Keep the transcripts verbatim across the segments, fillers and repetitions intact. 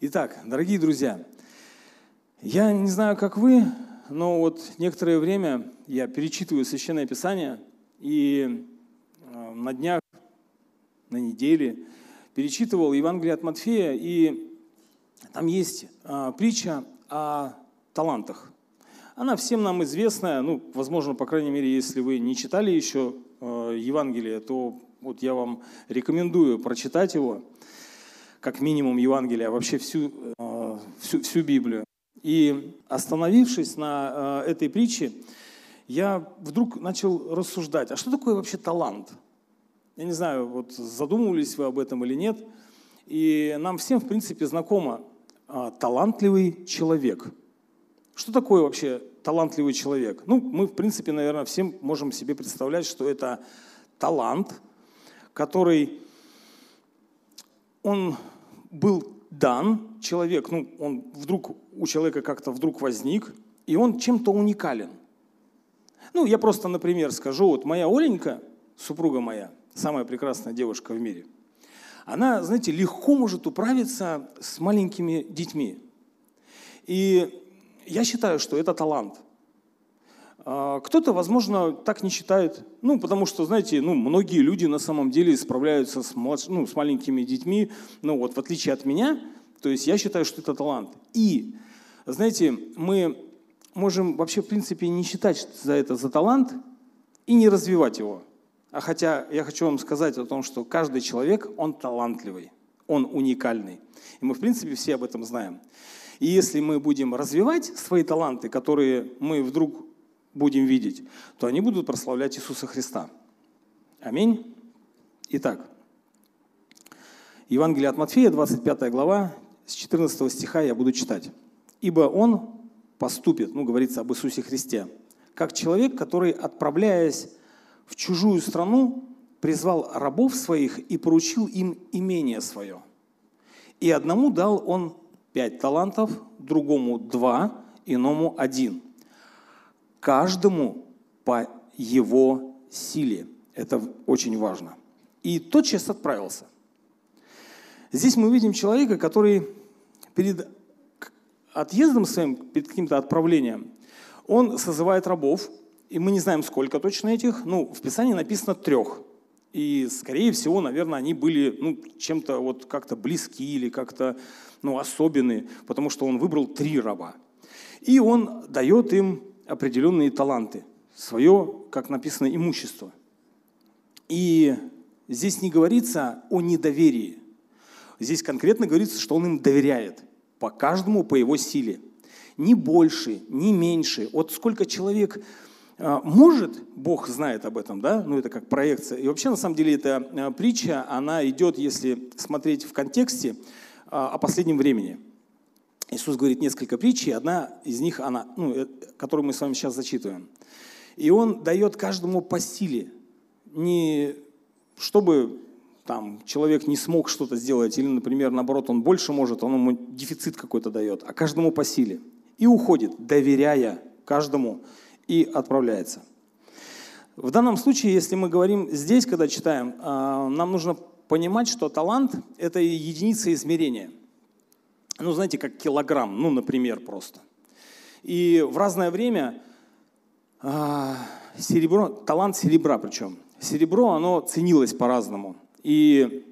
Итак, дорогие друзья, я не знаю, как вы, но вот некоторое время я перечитываю Священное Писание, и на днях, на неделе перечитывал Евангелие от Матфея, и там есть а, притча о талантах. Она всем нам известная, ну, возможно, по крайней мере, если вы не читали еще э, Евангелие, то вот я вам рекомендую прочитать его, как минимум Евангелие, а вообще всю, э, всю, всю Библию. И остановившись на э, этой притче, я вдруг начал рассуждать, а что такое вообще талант? Я не знаю, вот задумывались вы об этом или нет, и нам всем, в принципе, знакомо э, талантливый человек. Что такое вообще талантливый человек? Ну, мы, в принципе, наверное, всем можем себе представлять, что это талант, который, он был дан, человек, ну, он вдруг, у человека как-то вдруг возник, и он чем-то уникален. Ну, я просто, например, скажу, вот моя Оленька, супруга моя, самая прекрасная девушка в мире, она, знаете, легко может управиться с маленькими детьми. И я считаю, что это талант. Кто-то, возможно, так не считает, ну, потому что, знаете, ну, многие люди на самом деле справляются с, младш... ну, с маленькими детьми, ну, вот, в отличие от меня, то есть я считаю, что это талант. И, знаете, мы можем вообще, в принципе, не считать за это за талант и не развивать его. А хотя я хочу вам сказать о том, что каждый человек, он талантливый, он уникальный. И мы, в принципе, все об этом знаем. И если мы будем развивать свои таланты, которые мы вдруг будем видеть, то они будут прославлять Иисуса Христа. Аминь. Итак, Евангелие от Матфея, двадцать пятая глава, с четырнадцатого стиха я буду читать. «Ибо Он поступит», ну, говорится об Иисусе Христе, «как человек, который, отправляясь в чужую страну, призвал рабов своих и поручил им имение свое. И одному дал Он пять талантов, другому два, иному один. Каждому по его силе». Это очень важно. И тотчас отправился. Здесь мы видим человека, который перед отъездом своим, перед каким-то отправлением, он созывает рабов, и мы не знаем, сколько точно этих, ну, в Писании написано трех. И, скорее всего, наверное, они были ну, чем-то вот как-то близки или как-то ну, особенные, потому что он выбрал три раба. И он дает им определенные таланты, свое, как написано, имущество. И здесь не говорится о недоверии. Здесь конкретно говорится, что он им доверяет, по каждому по его силе. Ни больше, ни меньше. Вот сколько человек... Может, Бог знает об этом, да, ну это как проекция. И вообще, на самом деле, эта притча, она идет, если смотреть в контексте, о последнем времени. Иисус говорит несколько притч, и одна из них, она, ну, которую мы с вами сейчас зачитываем. И Он дает каждому по силе, не чтобы там, человек не смог что-то сделать, или, например, наоборот, он больше может, он ему дефицит какой-то дает, а каждому по силе. И уходит, доверяя каждому, и отправляется. В данном случае, если мы говорим здесь, когда читаем, нам нужно понимать, что талант – это единица измерения. Ну, знаете, как килограмм, ну, например, просто. И в разное время серебро, талант серебра причем, серебро, оно ценилось по-разному. И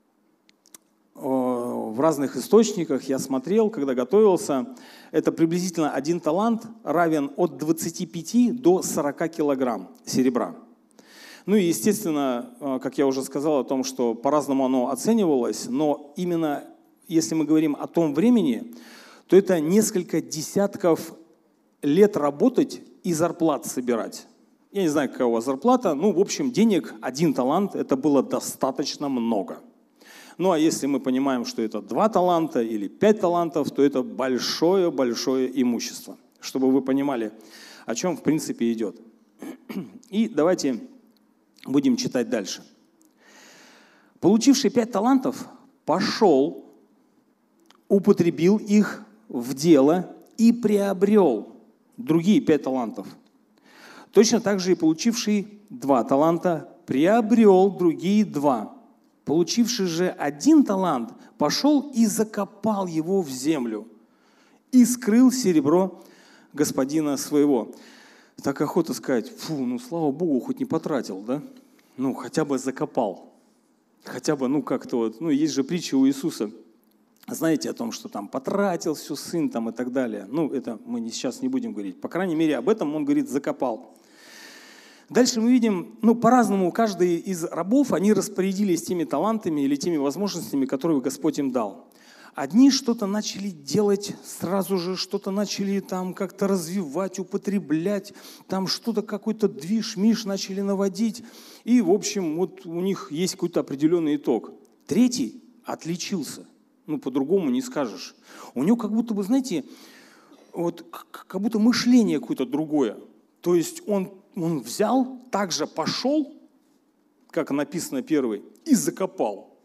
в разных источниках я смотрел, когда готовился, это приблизительно один талант равен от двадцати пяти до сорока килограмм серебра. Ну и, естественно, как я уже сказал о том, что по-разному оно оценивалось, но именно если мы говорим о том времени, то это несколько десятков лет работать и зарплат собирать. Я не знаю, какая у вас зарплата, ну, в общем, денег один талант, это было достаточно много. Ну, а если мы понимаем, что это два таланта или пять талантов, то это большое-большое имущество, чтобы вы понимали, о чем в принципе идет. И давайте будем читать дальше. «Получивший пять талантов пошел, употребил их в дело и приобрел другие пять талантов. Точно так же и получивший два таланта приобрел другие два. Получивший же один талант, пошел и закопал его в землю, и скрыл серебро господина своего. Так охота сказать, фу, ну слава Богу, хоть не потратил, да? Ну, хотя бы закопал. Хотя бы, ну как-то вот, ну есть же притча у Иисуса, знаете, о том, что там потратил все сын там и так далее. Ну, это мы не, сейчас не будем говорить. По крайней мере, об этом он говорит, закопал. Дальше мы видим, ну, по-разному каждый из рабов, они распорядились теми талантами или теми возможностями, которые Господь им дал. Одни что-то начали делать сразу же, что-то начали там как-то развивать, употреблять, там что-то, какой-то движ-миш начали наводить. И, в общем, вот у них есть какой-то определенный итог. Третий отличился. Ну, по-другому не скажешь. У него как будто бы, знаете, вот как будто мышление какое-то другое. То есть он, он взял, также пошел, как написано первый, и закопал.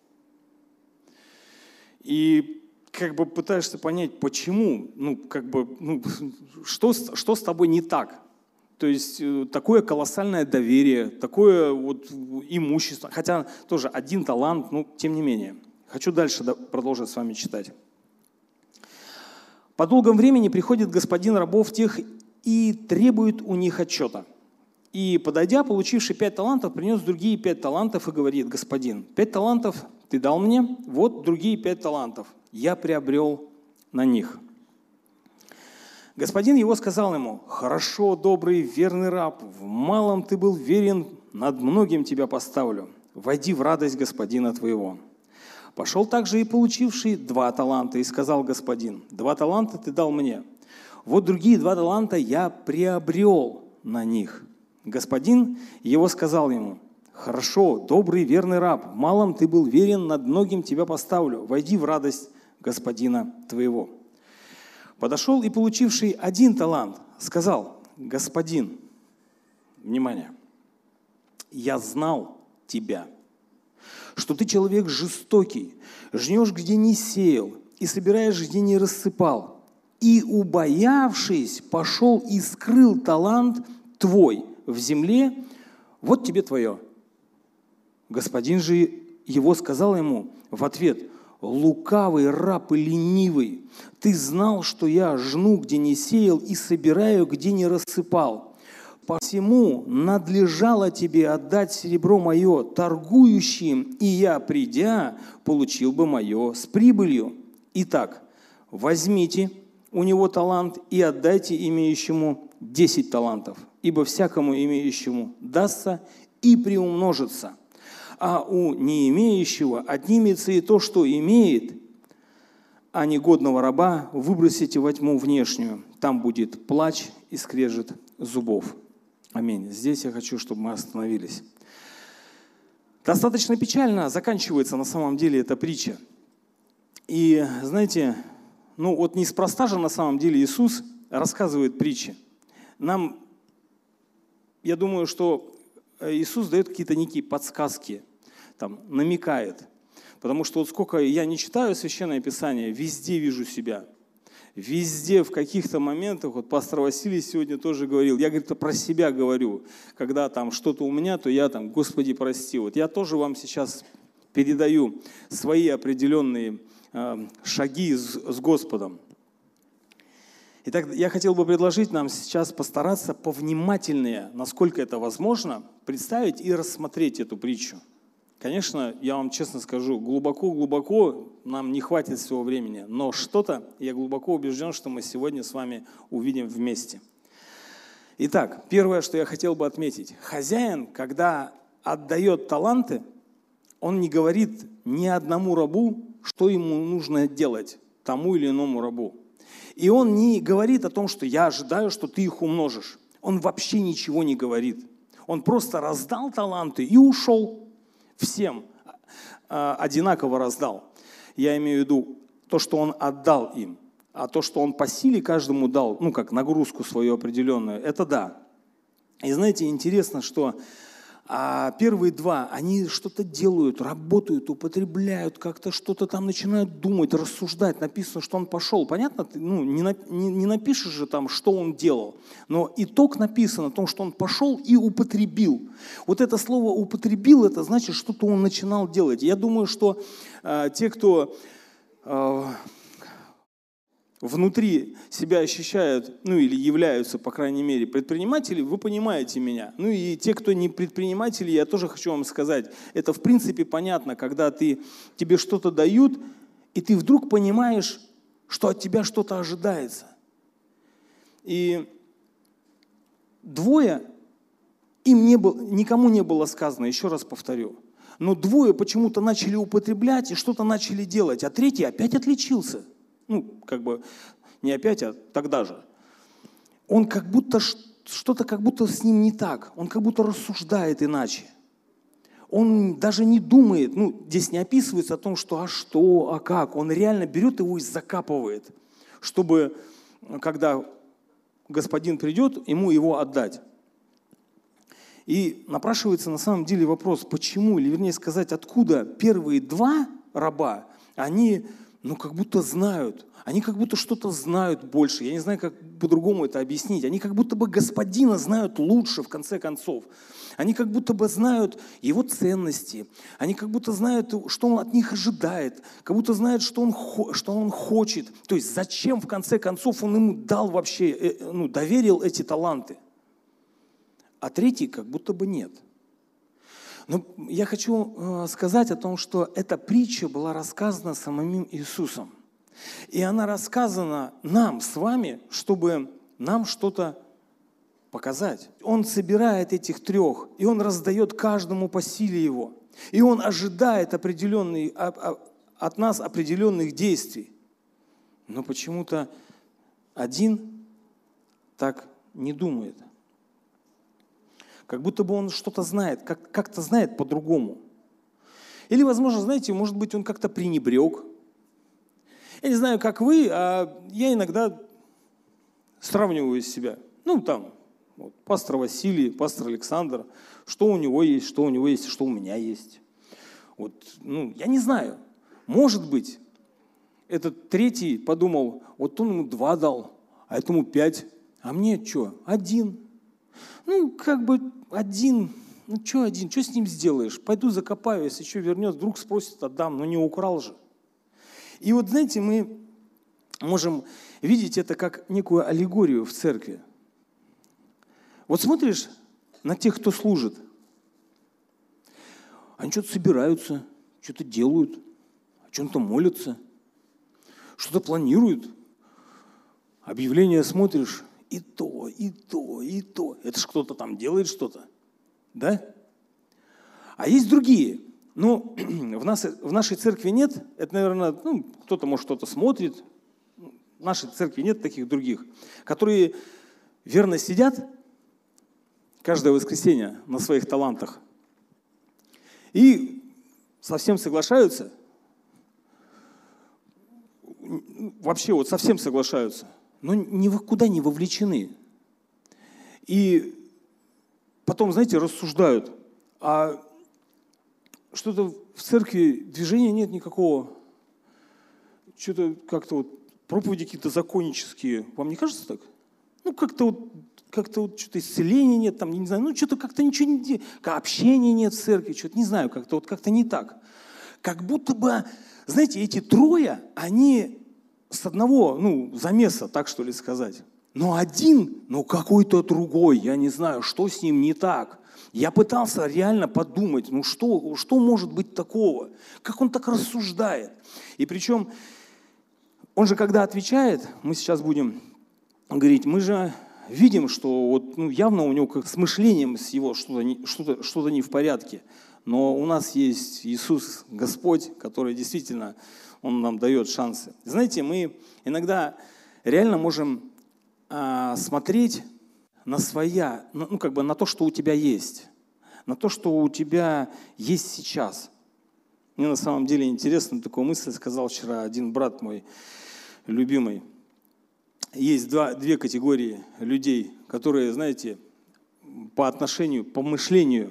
И как бы пытаешься понять, почему, ну, как бы, ну, что, что с тобой не так. То есть такое колоссальное доверие, такое вот имущество, хотя тоже один талант, но тем не менее. Хочу дальше продолжить с вами читать. «По долгом времени приходит господин рабов тех и требует у них отчета. И, подойдя, получивший пять талантов, принес другие пять талантов и говорит: господин, пять талантов ты дал мне, вот другие пять талантов. Я приобрел на них. Господин его сказал ему: хорошо, добрый, верный раб, в малом ты был верен, над многим тебя поставлю. Войди в радость господина твоего. Пошел также и получивший два таланта, и сказал господин: два таланта ты дал мне, вот другие два таланта я приобрел на них. Господин его сказал ему: хорошо, добрый, верный раб, в малом ты был верен, над многим тебя поставлю. Войди в радость господина твоего. Подошел и получивший один талант сказал: господин, внимание, я знал тебя, что ты человек жестокий, жнешь, где не сеял, и собираешь, где не рассыпал. И, убоявшись, пошел и скрыл талант твой в земле, вот тебе твое. Господин же его сказал ему в ответ: лукавый раб и ленивый, ты знал, что я жну, где не сеял, и собираю, где не рассыпал. Посему надлежало тебе отдать серебро мое торгующим, и я, придя, получил бы мое с прибылью. Итак, возьмите у него талант и отдайте имеющему десять талантов, ибо всякому имеющему дастся и приумножится, а у не имеющего отнимется и то, что имеет, а негодного раба выбросите во тьму внешнюю, там будет плач и скрежет зубов». Аминь. Здесь я хочу, чтобы мы остановились. Достаточно печально заканчивается на самом деле эта притча. И знаете, ну вот неспроста же на самом деле Иисус рассказывает притчи. Нам, я думаю, что Иисус дает какие-то некие подсказки, там, намекает. Потому что вот сколько я не читаю Священное Писание, везде вижу себя. Везде, в каких-то моментах, вот пастор Василий сегодня тоже говорил, я, говорит, про себя говорю, когда там что-то у меня, то я там, Господи, прости. Вот я тоже вам сейчас передаю свои определенные э, шаги с, с Господом. Итак, я хотел бы предложить нам сейчас постараться повнимательнее, насколько это возможно, представить и рассмотреть эту притчу. Конечно, я вам честно скажу, глубоко-глубоко нам не хватит всего времени, но что-то, я глубоко убежден, что мы сегодня с вами увидим вместе. Итак, первое, что я хотел бы отметить. Хозяин, когда отдает таланты, он не говорит ни одному рабу, что ему нужно делать, тому или иному рабу. И он не говорит о том, что я ожидаю, что ты их умножишь. Он вообще ничего не говорит. Он просто раздал таланты и ушел. Всем э, одинаково раздал. Я имею в виду то, что он отдал им. А то, что он по силе каждому дал, ну, как нагрузку свою определенную, это да. И знаете, интересно, что А первые два, они что-то делают, работают, употребляют, как-то что-то там начинают думать, рассуждать. Написано, что он пошел. Понятно? Ты, ну, не, на, не, не напишешь же там, что он делал. Но итог написан о том, что он пошел и употребил. Вот это слово «употребил», это значит, что-то он начинал делать. Я думаю, что э, те, кто... Э, внутри себя ощущают, ну или являются, по крайней мере, предприниматели, вы понимаете меня. Ну и те, кто не предприниматели, я тоже хочу вам сказать, это в принципе понятно, когда ты, тебе что-то дают, и ты вдруг понимаешь, что от тебя что-то ожидается. И двое, им не было, никому не было сказано, еще раз повторю, но двое почему-то начали употреблять и что-то начали делать, а третий опять отличился. Ну, как бы не опять, а тогда же. Он как будто, что-то как будто с ним не так. Он как будто рассуждает иначе. Он даже не думает, ну, здесь не описывается о том, что а что, а как. Он реально берет его и закапывает, чтобы, когда господин придет, ему его отдать. И напрашивается на самом деле вопрос, почему, или вернее сказать, откуда первые два раба, они... ну, как будто знают. Они как будто что-то знают больше. Я не знаю, как по-другому это объяснить. Они как будто бы господина знают лучше, в конце концов. Они как будто бы знают его ценности. Они как будто знают, что он от них ожидает. Как будто знают, что он, что он хочет. То есть зачем, в конце концов, он ему дал вообще, ну, доверил эти таланты. А третий как будто бы нет. Но я хочу сказать о том, что эта притча была рассказана самим Иисусом. И она рассказана нам с вами, чтобы нам что-то показать. Он собирает этих трех, и он раздает каждому по силе его. И он ожидает определенные, от нас определенных действий. Но почему-то один так не думает. Как будто бы он что-то знает, как, как-то знает по-другому. Или, возможно, знаете, может быть, он как-то пренебрег. Я не знаю, как вы, а я иногда сравниваю себя. Ну, там, вот, пастор Василий, пастор Александр, что у него есть, что у него есть, что у меня есть. Вот, ну, я не знаю. Может быть, этот третий подумал, вот он ему два дал, а этому пять, а мне что, один? Ну, как бы один, ну что один, что с ним сделаешь? Пойду закопаю, если что вернет, вдруг спросит, отдам, но не украл же. И вот, знаете, мы можем видеть это как некую аллегорию в церкви. Вот смотришь на тех, кто служит. Они что-то собираются, что-то делают, о чем-то молятся, что-то планируют. Объявление смотришь, и то, и то, и то. Это ж кто-то там делает что-то, да? А есть другие. Ну, в, нас, в нашей церкви нет. Это, наверное, ну, кто-то, может, что-то смотрит. В нашей церкви нет таких других, которые верно сидят каждое воскресенье на своих талантах и совсем соглашаются. Вообще вот совсем соглашаются. Но никуда не вовлечены. И потом, знаете, рассуждают, а что-то в церкви движения нет никакого, что-то как-то вот проповеди какие-то законнические. Вам не кажется так? Ну, как-то вот, как-то вот что-то исцеления нет, там, не знаю, ну, что-то как-то ничего не... Общения нет в церкви, что-то, не знаю, как-то вот как-то не так. Как будто бы, знаете, эти трое, они с одного, ну, замеса, так что ли сказать. Но один, ну, какой-то другой, я не знаю, что с ним не так. Я пытался реально подумать, ну, что, что может быть такого? Как он так рассуждает? И причем, он же когда отвечает, мы сейчас будем говорить, мы же видим, что вот, ну, явно у него как с мышлением с его что-то не, что-то, что-то не в порядке. Но у нас есть Иисус Господь, который действительно, Он нам дает шансы. Знаете, мы иногда реально можем а, смотреть на своя, ну, как бы на то, что у тебя есть, на то, что у тебя есть сейчас. Мне на самом деле интересно, такую мысль сказал вчера один брат мой, любимый. Есть два, две категории людей, которые, знаете, по отношению, по мышлению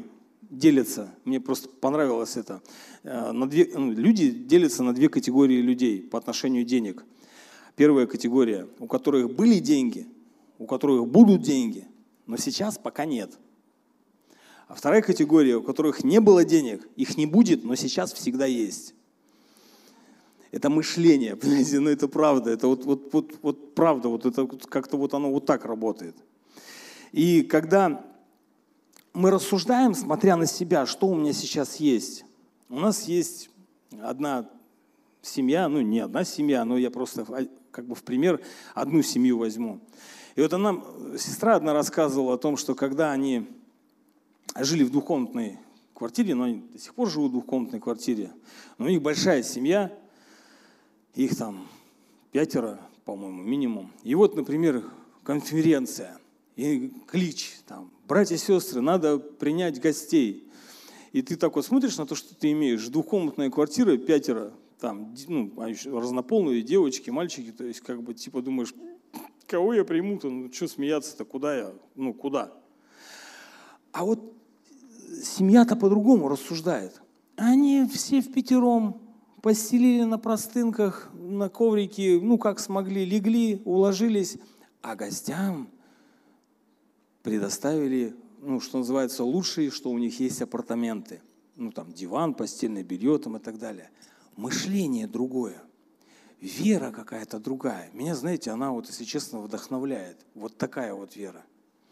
делятся, мне просто понравилось это, на две, ну, люди делятся на две категории людей по отношению денег. Первая категория, у которых были деньги, у которых будут деньги, но сейчас пока нет. А вторая категория, у которых не было денег, их не будет, но сейчас всегда есть. Это мышление, понимаете, ну это правда, это вот, вот, вот, вот правда, вот это как-то вот оно вот так работает. И когда мы рассуждаем, смотря на себя, что у меня сейчас есть, у нас есть одна семья, ну не одна семья, но я просто как бы в пример одну семью возьму. И вот она, сестра одна рассказывала о том, что когда они жили в двухкомнатной квартире, но они до сих пор живут в двухкомнатной квартире, но у них большая семья, их там пятеро, по-моему, минимум. И вот, например, конференция, и клич, там, братья и сестры, надо принять гостей. И ты так вот смотришь на то, что ты имеешь, двухкомнатная квартира, пятеро, там, ну, разнополые девочки, мальчики, то есть как бы типа думаешь, кого я приму-то, ну что смеяться-то, куда я, ну куда? А вот семья-то по-другому рассуждает. Они все впятером постелили на простынках, на коврике, ну как смогли, легли, уложились, а гостям предоставили, ну что называется, лучшие, что у них есть апартаменты. Ну там диван, постельное белье там, и так далее. Мышление другое, вера какая-то другая. Меня, знаете, она вот, если честно, вдохновляет. Вот такая вот вера.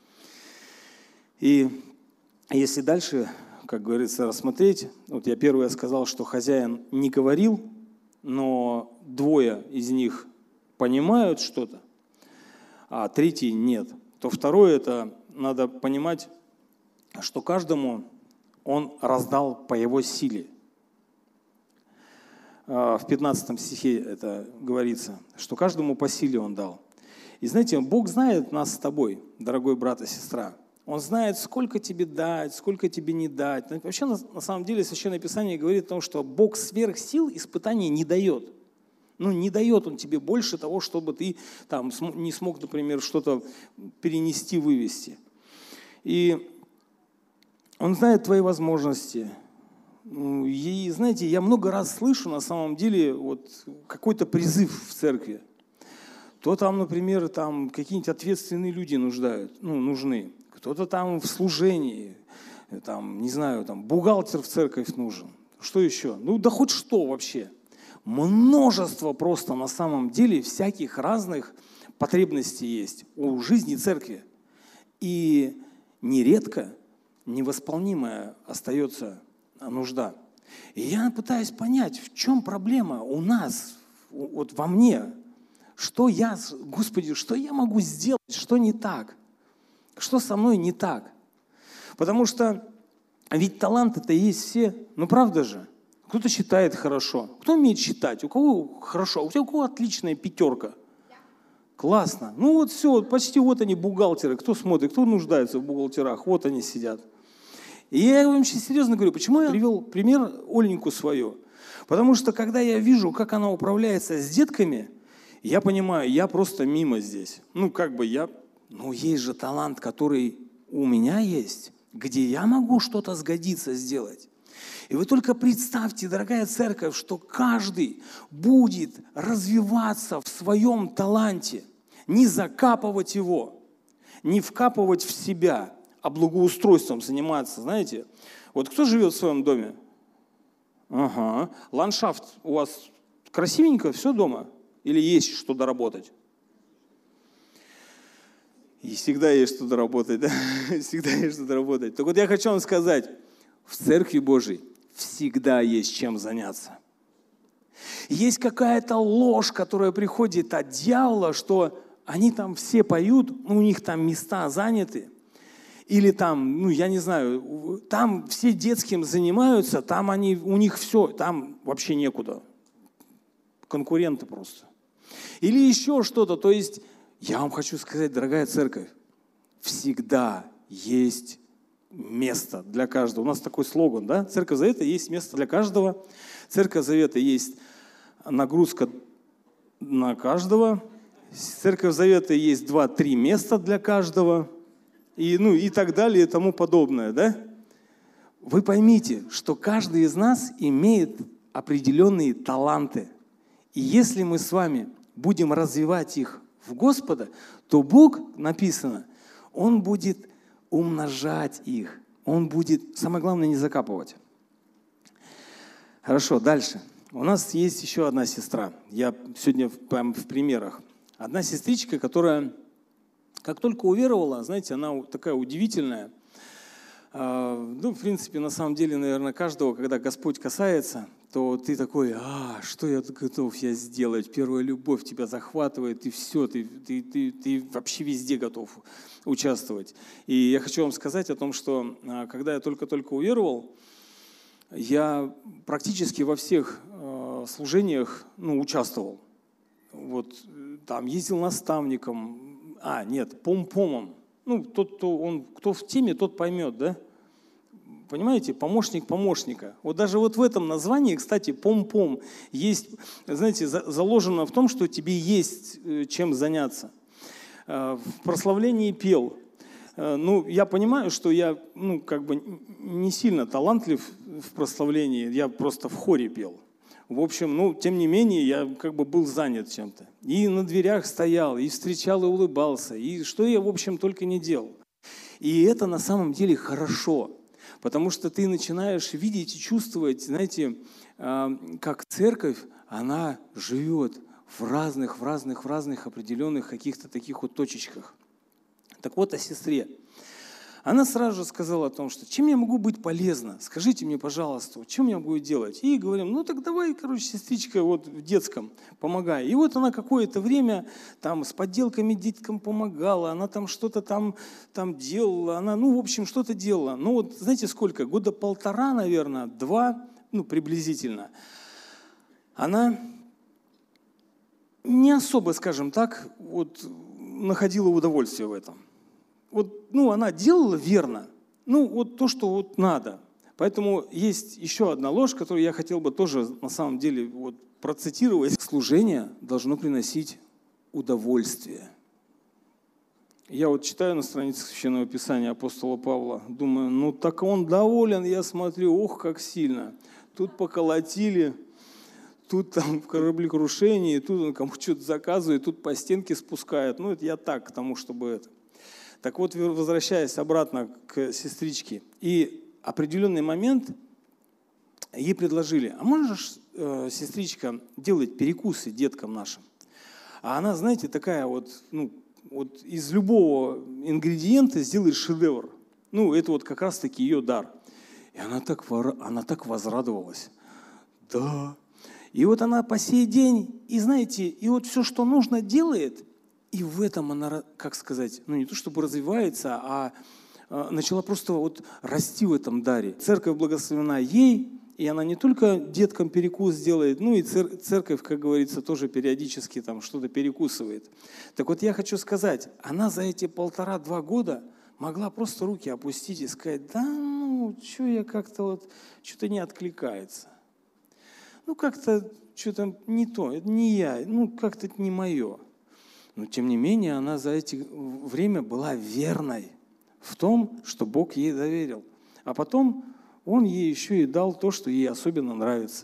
И если дальше, как говорится, рассмотреть, вот я первое сказал, что хозяин не говорил, но двое из них понимают что-то, а третий нет, то второе, это надо понимать, что каждому он раздал по его силе. В пятнадцатом стихе это говорится, что каждому по силе он дал. И знаете, Бог знает нас с тобой, дорогой брат и сестра. Он знает, сколько тебе дать, сколько тебе не дать. Вообще, на, на самом деле, Священное Писание говорит о том, что Бог сверх сил испытаний не дает. Ну, не дает Он тебе больше того, чтобы ты там не смог, например, что-то перенести, вывести. И Он знает твои возможности. И, знаете, я много раз слышу, на самом деле, вот какой-то призыв в церкви. То там, например, там какие-нибудь ответственные люди нуждают, ну, нужны. Кто-то там в служении, там, не знаю, там бухгалтер в церковь нужен. Что еще? Ну, да хоть что вообще. Множество просто на самом деле всяких разных потребностей есть у жизни церкви. И нередко невосполнимая остается нужда. И я пытаюсь понять, в чем проблема у нас, вот во мне. Что я, Господи, что я могу сделать, что не так? Что со мной не так? Потому что ведь таланты-то есть все, ну правда же? Кто-то читает хорошо, кто умеет читать, у кого хорошо, у тебя у кого отличная пятерка. Классно. Ну вот все, вот почти вот они бухгалтеры, кто смотрит, кто нуждается в бухгалтерах, вот они сидят. И я вам очень серьезно говорю, почему я привел пример Оленьку свою? Потому что когда я вижу, как она управляется с детками, я понимаю, я просто мимо здесь. Ну, как бы я... Ну, есть же талант, который у меня есть, где я могу что-то сгодиться сделать. И вы только представьте, дорогая церковь, что каждый будет развиваться в своем таланте, не закапывать его, не вкапывать в себя, а благоустройством заниматься. Знаете, вот кто живет в своем доме? Ага. Ландшафт у вас красивенько, все дома? Или есть что доработать? И всегда есть что доработать, да? Всегда есть что доработать. Так вот я хочу вам сказать, в Церкви Божией всегда есть чем заняться. Есть какая-то ложь, которая приходит от дьявола, что они там все поют, ну, у них там места заняты, или там, ну, я не знаю, там все детским занимаются, там они, у них все, там вообще некуда. Конкуренты просто. Или еще что-то, то есть я вам хочу сказать, дорогая церковь, всегда есть место для каждого. У нас такой слоган, да? Церковь Завета есть место для каждого. Церковь Завета есть нагрузка на каждого. Церковь Завета есть два-три места для каждого. И, ну, и так далее, и тому подобное, да? вы поймите, что каждый из нас имеет определенные таланты. И если мы с вами будем развивать их в Господа, то Бог, написано, Он будет умножать их. Он будет, самое главное, не закапывать. Хорошо, дальше. У нас есть еще одна сестра. Я сегодня в, в примерах. Одна сестричка, которая, как только уверовала, знаете, она такая удивительная. Ну, в принципе, на самом деле, наверное, каждого, когда Господь касается, то ты такой, а, что я готов я сделать? Первая любовь тебя захватывает, и все, ты, ты, ты, ты вообще везде готов участвовать. И я хочу вам сказать о том, что когда я только-только уверовал, я практически во всех э, служениях ну, участвовал. Вот, там ездил наставником, а, нет, пом-помом. Ну, тот, кто, он, кто в теме, тот поймет, да? Понимаете, помощник помощника. Вот даже вот в этом названии, кстати, пом-пом, есть, знаете, за, заложено в том, что тебе есть чем заняться. В прославлении пел. Ну, я понимаю, что я, ну, как бы не сильно талантлив в прославлении, я просто в хоре пел. В общем, ну, тем не менее, я как бы был занят чем-то. И на дверях стоял, и встречал, и улыбался, и что я, в общем, только не делал. И это на самом деле хорошо, потому что ты начинаешь видеть и чувствовать, знаете, как церковь, она живет в разных, в разных, в разных определенных каких-то таких вот точечках. Так вот, о сестре. Она сразу же сказала о том, что чем я могу быть полезна? Скажите мне, пожалуйста, чем я могу делать? И говорим, ну так давай, короче, сестричка вот в детском помогай. И вот она какое-то время там с подделками деткам помогала, она там что-то там, там делала, она, ну, в общем, что-то делала. Ну вот, знаете, сколько? Года полтора, наверное, два, ну, приблизительно. Она не особо, скажем так, вот находила удовольствие в этом. Вот, ну, она делала верно, ну, вот то, что вот надо. Поэтому есть еще одна ложь, которую я хотел бы тоже, на самом деле, вот, процитировать. Служение должно приносить удовольствие. Я вот читаю на странице Священного Писания апостола Павла, думаю, ну, так он доволен, я смотрю, ох, как сильно. Тут поколотили, тут там в кораблекрушении, тут он кому-то что-то заказывает, тут по стенке спускают. Ну, это я так, к тому, чтобы это... Так вот, возвращаясь обратно к сестричке, и определенный момент ей предложили, а можешь, э, сестричка, делать перекусы деткам нашим? А она, знаете, такая вот, ну, вот из любого ингредиента сделает шедевр. Ну, это вот как раз-таки ее дар. И она так, она так возрадовалась. Да. И вот она по сей день, и знаете, и вот все, что нужно, делает. И в этом она, как сказать, ну не то чтобы развивается, а начала просто вот расти в этом даре. Церковь благословена ей, и она не только деткам перекус делает, ну и церковь, как говорится, тоже периодически там что-то перекусывает. Так вот я хочу сказать, она за эти полтора-два года могла просто руки опустить и сказать, да ну, что я как-то вот, что-то не откликается. Ну как-то что-то не то, это не я, ну как-то это не мое. Но, тем не менее, она за это время была верной в том, что Бог ей доверил. А потом Он ей еще и дал то, что ей особенно нравится.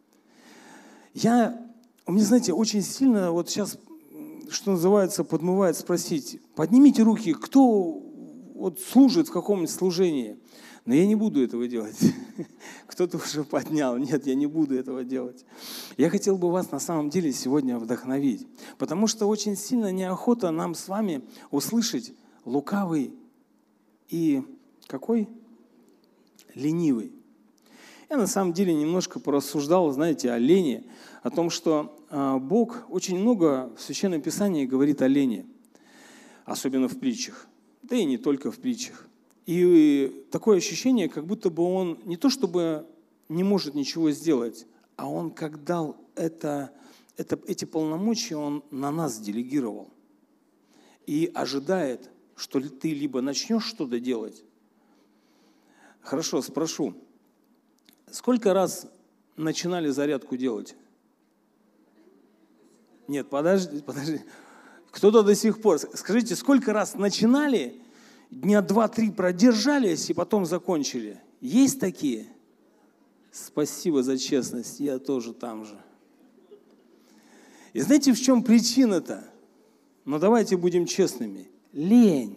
Я, у меня, знаете, очень сильно вот сейчас, что называется, подмывает спросить, поднимите руки, кто вот служит в каком-нибудь служении. Но я не буду этого делать. Кто-то уже поднял. Нет, я не буду этого делать. Я хотел бы вас на самом деле сегодня вдохновить. Потому что очень сильно неохота нам с вами услышать лукавый и какой? Ленивый. Я на самом деле немножко порассуждал, знаете, о лени, о том, что Бог очень много в Священном Писании говорит о лени. Особенно в притчах. Да и не только в притчах. И такое ощущение, как будто бы он не то чтобы не может ничего сделать, а он как дал это, это, эти полномочия, он на нас делегировал. И ожидает, что ты либо начнешь что-то делать. Хорошо, спрошу. Сколько раз начинали зарядку делать? Нет, подожди, подожди. Кто-то до сих пор. Скажите, сколько раз начинали, дня два-три продержались и потом закончили. Есть такие? Спасибо за честность, я тоже там же. И знаете, в чем причина-то? Ну давайте будем честными. Лень.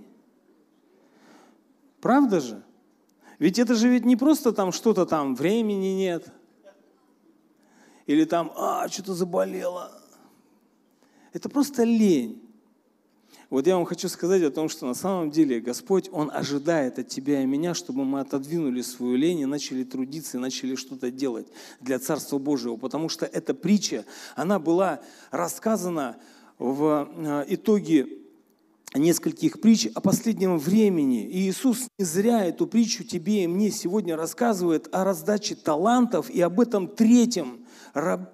Правда же? Ведь это же ведь не просто там что-то там, времени нет. Или там, а, что-то заболело. Это просто лень. Вот я вам хочу сказать о том, что на самом деле Господь, Он ожидает от тебя и меня, чтобы мы отодвинули свою лень и начали трудиться, и начали что-то делать для Царства Божьего. Потому что эта притча, она была рассказана в итоге нескольких притч о последнем времени. И Иисус не зря эту притчу тебе и мне сегодня рассказывает о раздаче талантов и об этом третьем раб,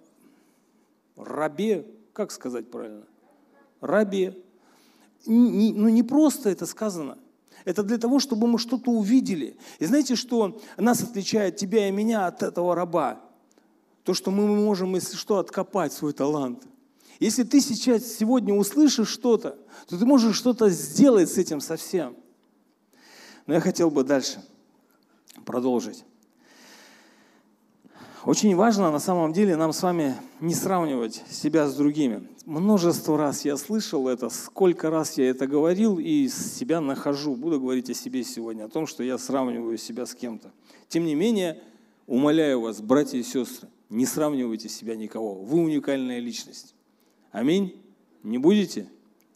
рабе, как сказать правильно? Рабе. Не, ну не просто это сказано. Это для того, чтобы мы что-то увидели. И знаете, что нас отличает, тебя и меня, от этого раба? То, что мы можем, если что, откопать свой талант. Если ты сейчас, сегодня услышишь что-то, то ты можешь что-то сделать с этим совсем. Но я хотел бы дальше продолжить. Очень важно на самом деле нам с вами не сравнивать себя с другими. Множество раз я слышал это, сколько раз я это говорил и себя нахожу. Буду говорить о себе сегодня, о том, что я сравниваю себя с кем-то. Тем не менее, умоляю вас, братья и сестры, не сравнивайте себя никого. Вы уникальная личность. Аминь? Не будете?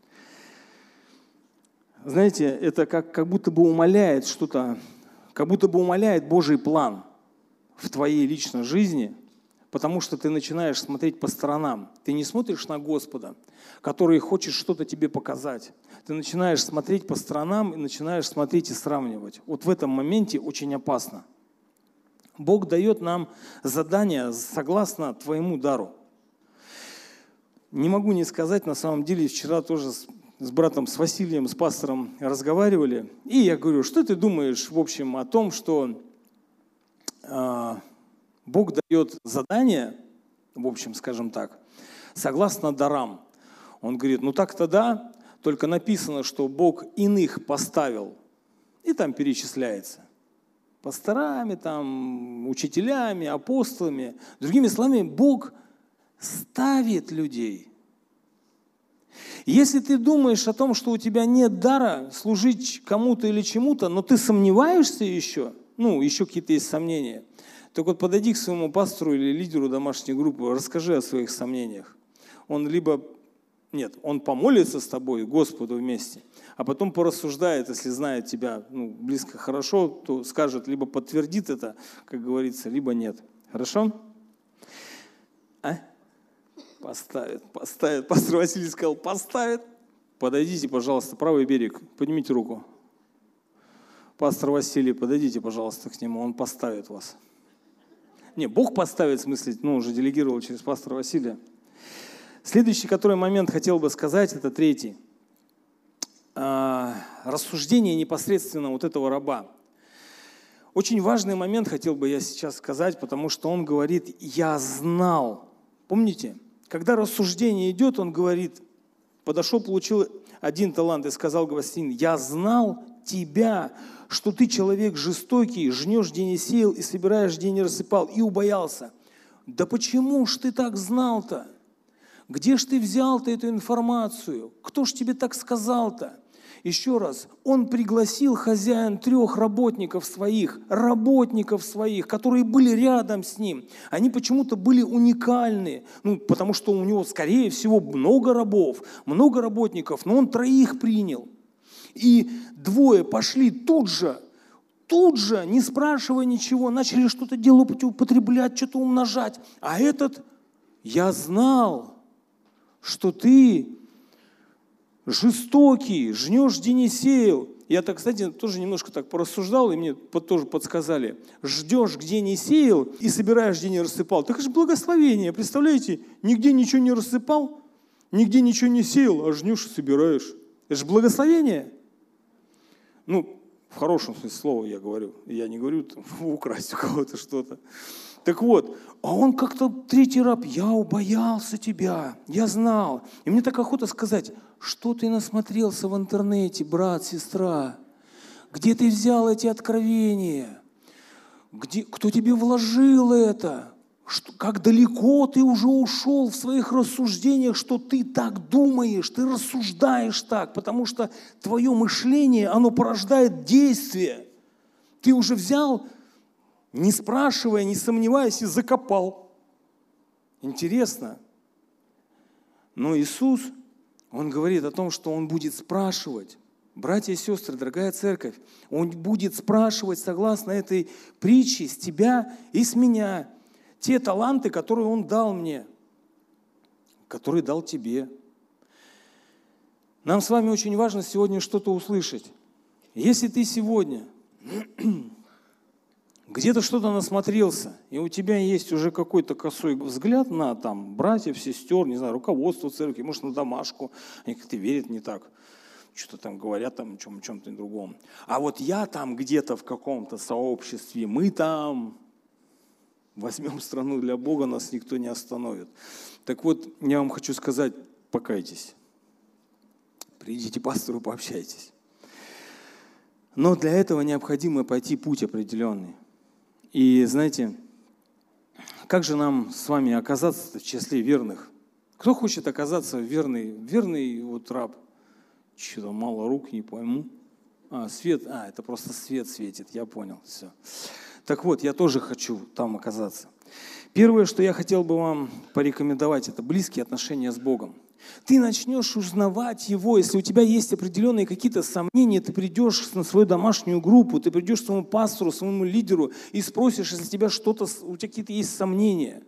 Знаете, это как, как будто бы умаляет что-то, как будто бы умаляет Божий план в твоей личной жизни, потому что ты начинаешь смотреть по сторонам. Ты не смотришь на Господа, который хочет что-то тебе показать. Ты начинаешь смотреть по сторонам и начинаешь смотреть и сравнивать. Вот в этом моменте очень опасно. Бог дает нам задание согласно твоему дару. Не могу не сказать, на самом деле, вчера тоже с, с братом, с Василием, с пастором разговаривали. И я говорю, что ты думаешь, в общем, о том, что Бог дает задание, в общем, скажем так, согласно дарам. Он говорит, ну так-то да, только написано, что Бог иных поставил. И там перечисляется. Пасторами, там, учителями, апостолами. Другими словами, Бог ставит людей. Если ты думаешь о том, что у тебя нет дара служить кому-то или чему-то, но ты сомневаешься еще, ну, еще какие-то есть сомнения, так вот подойди к своему пастору или лидеру домашней группы, расскажи о своих сомнениях. Он либо, нет, он помолится с тобой, Господу вместе, а потом порассуждает, если знает тебя ну, близко хорошо, то скажет, либо подтвердит это, как говорится, либо нет. Хорошо? А? Поставит, поставит. Пастор Василий сказал, поставит. Подойдите, пожалуйста, правый берег, поднимите руку. Пастор Василий, подойдите, пожалуйста, к нему, он поставит вас. Не, Бог поставит, в смысле, ну, уже делегировал через пастора Василия. Следующий, который момент хотел бы сказать, это третий. А, рассуждение непосредственно вот этого раба. Очень важный момент хотел бы я сейчас сказать, потому что он говорит, я знал. Помните, когда рассуждение идет, он говорит, подошел, получил один талант и сказал Гвоздин, я знал тебя, что ты человек жестокий, жнешь, где не сеял, и собираешь, где не рассыпал, и убоялся. Да почему ж ты так знал-то? Где ж ты взял-то эту информацию? Кто ж тебе так сказал-то? Еще раз, он пригласил хозяин трех работников своих, работников своих, которые были рядом с ним. Они почему-то были уникальны, ну, потому что у него, скорее всего, много рабов, много работников, но он троих принял. И двое пошли тут же, тут же, не спрашивая ничего, начали что-то делать, употреблять, что-то умножать. А этот, я знал, что ты жестокий, жнешь, где не сеял. Я так, кстати, тоже немножко так порассуждал, и мне тоже подсказали. Ждешь, где не сеял, и собираешь, где не рассыпал. Так это же благословение, представляете? Нигде ничего не рассыпал, нигде ничего не сеял, а жнешь и собираешь. Это же благословение. Ну, в хорошем смысле слова я говорю. Я не говорю там, украсть у кого-то что-то. Так вот, а он как-то третий раб, я убоялся тебя, я знал. И мне так охота сказать, что ты насмотрелся в интернете, брат, сестра? Где ты взял эти откровения? Где, кто тебе вложил это? Что, как далеко ты уже ушел в своих рассуждениях, что ты так думаешь, ты рассуждаешь так, потому что твое мышление, оно порождает действие. Ты уже взял, не спрашивая, не сомневаясь, и закопал. Интересно. Но Иисус, Он говорит о том, что Он будет спрашивать. Братья и сестры, дорогая церковь, Он будет спрашивать, согласно этой притче, с тебя и с меня, те таланты, которые Он дал мне, которые дал тебе. Нам с вами очень важно сегодня что-то услышать. Если ты сегодня где-то что-то насмотрелся, и у тебя есть уже какой-то косой взгляд на там, братьев, сестер, не знаю, руководство церкви, может, на домашку, они как-то верят не так, что-то там говорят там о чем, чем-то другом. А вот я там где-то в каком-то сообществе, мы там возьмем страну для Бога, нас никто не остановит. Так вот, я вам хочу сказать, покайтесь. Придите к пастору, пообщайтесь. Но для этого необходимо пойти путь определенный. И знаете, как же нам с вами оказаться в числе верных? Кто хочет оказаться верный, верный вот раб? Что-то мало рук, не пойму. А, свет, а, это просто свет светит, я понял, все. Так вот, я тоже хочу там оказаться. Первое, что я хотел бы вам порекомендовать, это близкие отношения с Богом. Ты начнешь узнавать Его, если у тебя есть определенные какие-то сомнения, ты придешь на свою домашнюю группу, ты придешь к своему пастору, своему лидеру и спросишь, если у тебя что-то, у тебя какие-то есть сомнения.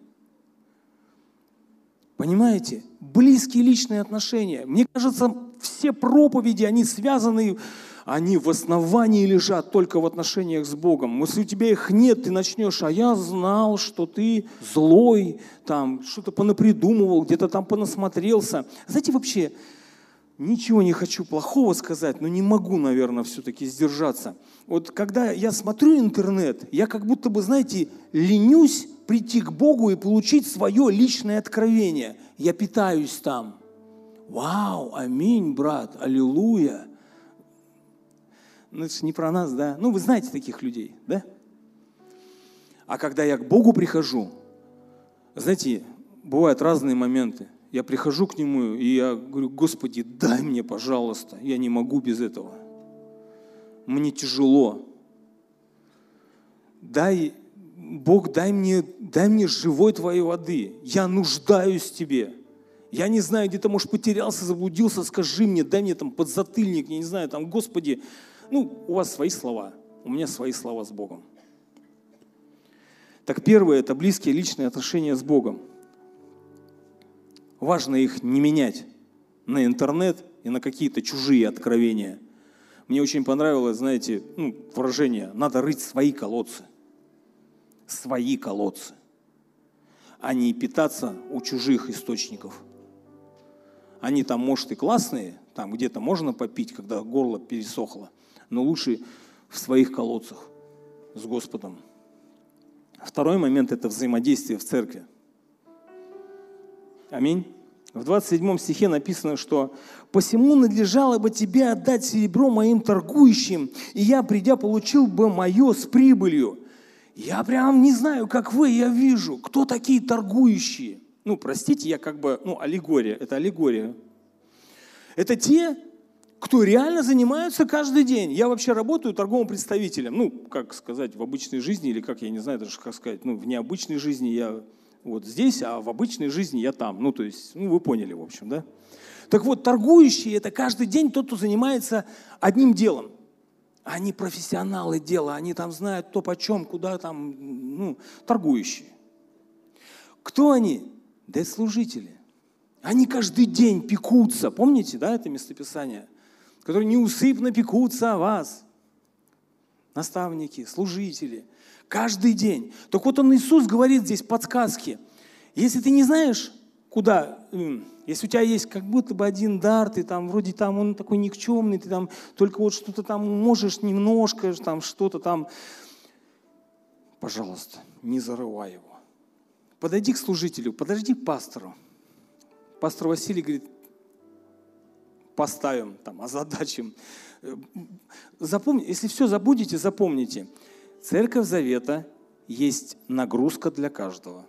Понимаете? Близкие личные отношения. Мне кажется, все проповеди, они связаны, они в основании лежат только в отношениях с Богом. Если у тебя их нет, ты начнешь, а я знал, что ты злой, там, что-то понапридумывал, где-то там понасмотрелся. Знаете, вообще, ничего не хочу плохого сказать, но не могу, наверное, все-таки сдержаться. Вот когда я смотрю интернет, я как будто бы, знаете, ленюсь прийти к Богу и получить свое личное откровение. Я питаюсь там. Вау, аминь, брат, аллилуйя. Ну, это же не про нас, да? Ну, вы знаете таких людей, да? А когда я к Богу прихожу, знаете, бывают разные моменты. Я прихожу к Нему, и я говорю, Господи, дай мне, пожалуйста, я не могу без этого. Мне тяжело. Дай, Бог, дай мне, дай мне живой Твоей воды. Я нуждаюсь в Тебе. Я не знаю, где ты, может, потерялся, заблудился, скажи мне, дай мне там подзатыльник, я не знаю, там, Господи. Ну, у вас свои слова, у меня свои слова с Богом. Так первое – это близкие личные отношения с Богом. Важно их не менять на интернет и на какие-то чужие откровения. Мне очень понравилось, знаете, ну, выражение «надо рыть свои колодцы». Свои колодцы, а не питаться у чужих источников. Они там, может, и классные, там где-то можно попить, когда горло пересохло, но лучше в своих колодцах с Господом. Второй момент – это взаимодействие в церкви. Аминь. В двадцать седьмом стихе написано, что «Посему надлежало бы тебе отдать серебро моим торгующим, и я, придя, получил бы мое с прибылью». Я прям не знаю, как вы, я вижу, кто такие торгующие. Ну, простите, я как бы, ну, аллегория, это аллегория. Это те, кто реально занимаются каждый день. Я вообще работаю торговым представителем. Ну, как сказать, в обычной жизни, или как, я не знаю даже, как сказать, ну, в необычной жизни я вот здесь, а в обычной жизни я там. Ну, то есть, ну, вы поняли, в общем, да? Так вот, торгующие – это каждый день тот, кто занимается одним делом. Они профессионалы дела, они там знают кто почем, куда там, ну, торгующие. Кто они? Да это служители. Они каждый день пекутся, помните, да, это местописание? Которые неусыпно пекутся о вас. Наставники, служители. Каждый день. Так вот он, Иисус, говорит здесь подсказки. Если ты не знаешь, куда, если у тебя есть как будто бы один дар, ты там вроде там он такой никчемный, ты там только вот что-то там можешь немножко, там что-то там, пожалуйста, не зарывай его. Подойди к служителю, подожди к пастору. Пастор Василий говорит, поставим, там, озадачим. Запомни, если все забудете, запомните. Церковь Завета есть нагрузка для каждого.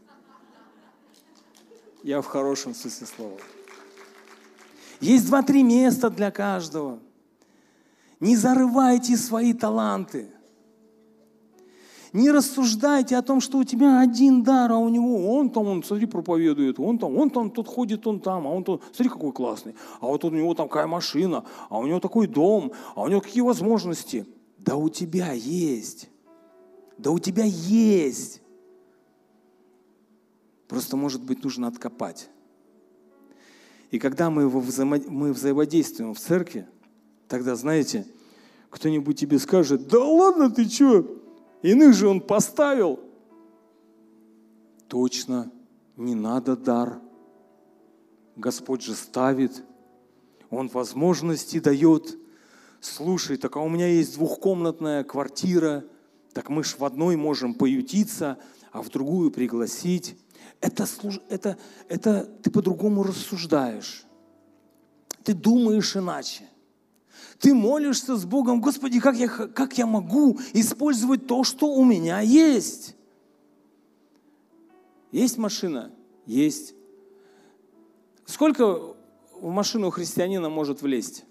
Я в хорошем смысле слова. Есть два-три места для каждого. Не зарывайте свои таланты. Не рассуждайте о том, что у тебя один дар, а у него он там, он, смотри, проповедует, он там, он там, тут ходит, он там, а он тут, смотри, какой классный. А вот у него там какая машина, а у него такой дом, а у него какие возможности. Да у тебя есть. Да у тебя есть. Просто, может быть, нужно откопать. И когда мы, во взаимо... мы взаимодействуем в церкви, тогда, знаете, кто-нибудь тебе скажет: да ладно, ты что? Иных же он поставил. Точно, не надо дар. Господь же ставит. Он возможности дает. Слушай, так а у меня есть двухкомнатная квартира, так мы ж в одной можем поютиться, а в другую пригласить. Это, это, это ты по-другому рассуждаешь. Ты думаешь иначе. Ты молишься с Богом: Господи, как я, как я могу использовать то, что у меня есть? Есть машина? Есть. Сколько в машину христианина может влезть?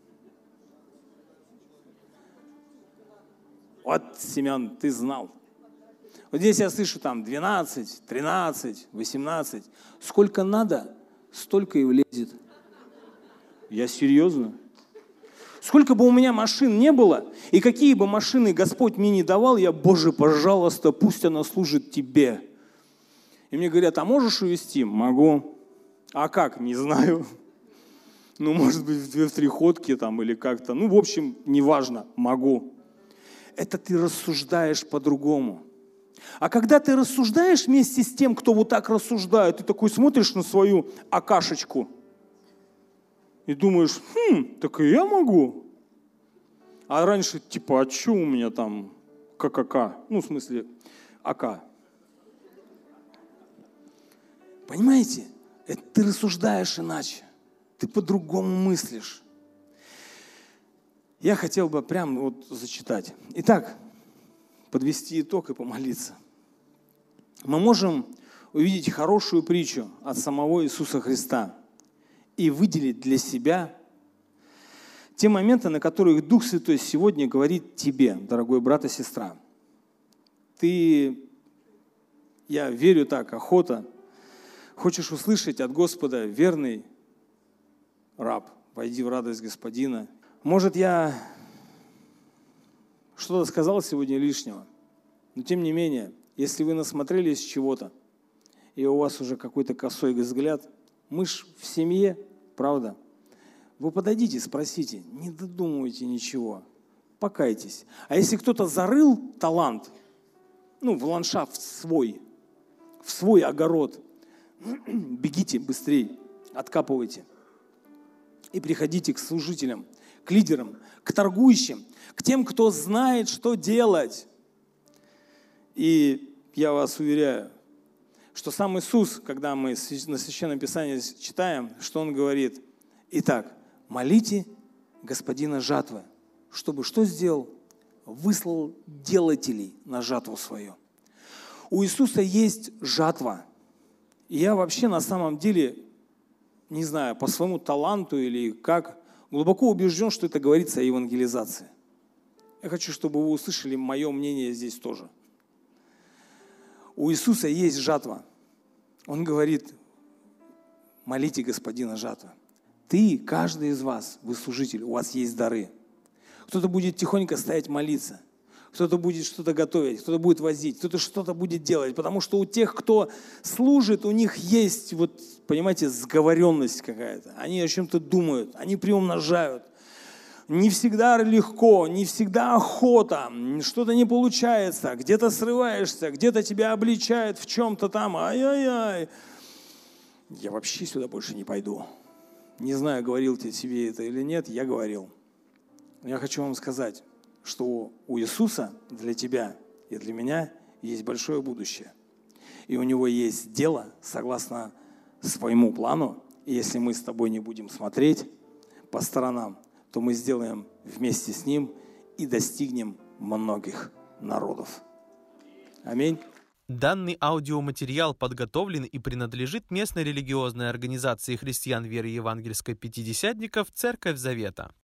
Вот, Семен, ты знал. Вот здесь я слышу там двенадцать, тринадцать, восемнадцать. Сколько надо, столько и влезет. Я серьезно. Сколько бы у меня машин не было, и какие бы машины Господь мне не давал, я: Боже, пожалуйста, пусть она служит Тебе. И мне говорят: а можешь увезти? Могу. А как? Не знаю. Ну, может быть, в две-три ходки там или как-то. Ну, в общем, неважно. Могу. Это ты рассуждаешь по-другому. А когда ты рассуждаешь вместе с тем, кто вот так рассуждает, ты такой смотришь на свою акашечку и думаешь: хм, так и я могу. А раньше типа: а что у меня там ка-ка-ка? Ну, в смысле, АК. Понимаете? Это ты рассуждаешь иначе. Ты по-другому мыслишь. Я хотел бы прям вот зачитать. Итак, подвести итог и помолиться. Мы можем увидеть хорошую притчу от самого Иисуса Христа и выделить для себя те моменты, на которых Дух Святой сегодня говорит тебе, дорогой брат и сестра. Ты, я верю так, охота, хочешь услышать от Господа: верный раб, войди в радость Господина. Может, я что-то сказал сегодня лишнего, но тем не менее, если вы насмотрелись чего-то, и у вас уже какой-то косой взгляд, мы ж в семье, правда? Вы подойдите, спросите, не додумывайте ничего, покайтесь. А если кто-то зарыл талант, ну, в ландшафт свой, в свой огород, бегите быстрее, откапывайте и приходите к служителям, к лидерам, к торгующим, к тем, кто знает, что делать. И я вас уверяю, что сам Иисус, когда мы на Священном Писании читаем, что Он говорит: итак, молите Господина жатвы, чтобы что сделал? Выслал делателей на жатву свою. У Иисуса есть жатва. И я вообще на самом деле, не знаю, по своему таланту или как, глубоко убежден, что это говорится о евангелизации. Я хочу, чтобы вы услышали мое мнение здесь тоже. У Иисуса есть жатва. Он говорит: молите Господина жатвы. Ты, каждый из вас, вы служитель, у вас есть дары. Кто-то будет тихонько стоять молиться, кто-то будет что-то готовить, кто-то будет возить, кто-то что-то будет делать. Потому что у тех, кто служит, у них есть, вот, понимаете, сговоренность какая-то. Они о чем-то думают, они приумножают. Не всегда легко, не всегда охота, что-то не получается, где-то срываешься, где-то тебя обличают в чем-то там. Ай-яй-яй. Я вообще сюда больше не пойду. Не знаю, говорил ты себе это или нет, я говорил. Я хочу вам сказать, что у Иисуса для тебя и для меня есть большое будущее. И у Него есть дело согласно своему плану. И если мы с тобой не будем смотреть по сторонам, то мы сделаем вместе с Ним и достигнем многих. народов. Аминь. Данный аудиоматериал подготовлен и принадлежит местной религиозной организации христиан веры евангельской пятидесятников «Церковь Завета».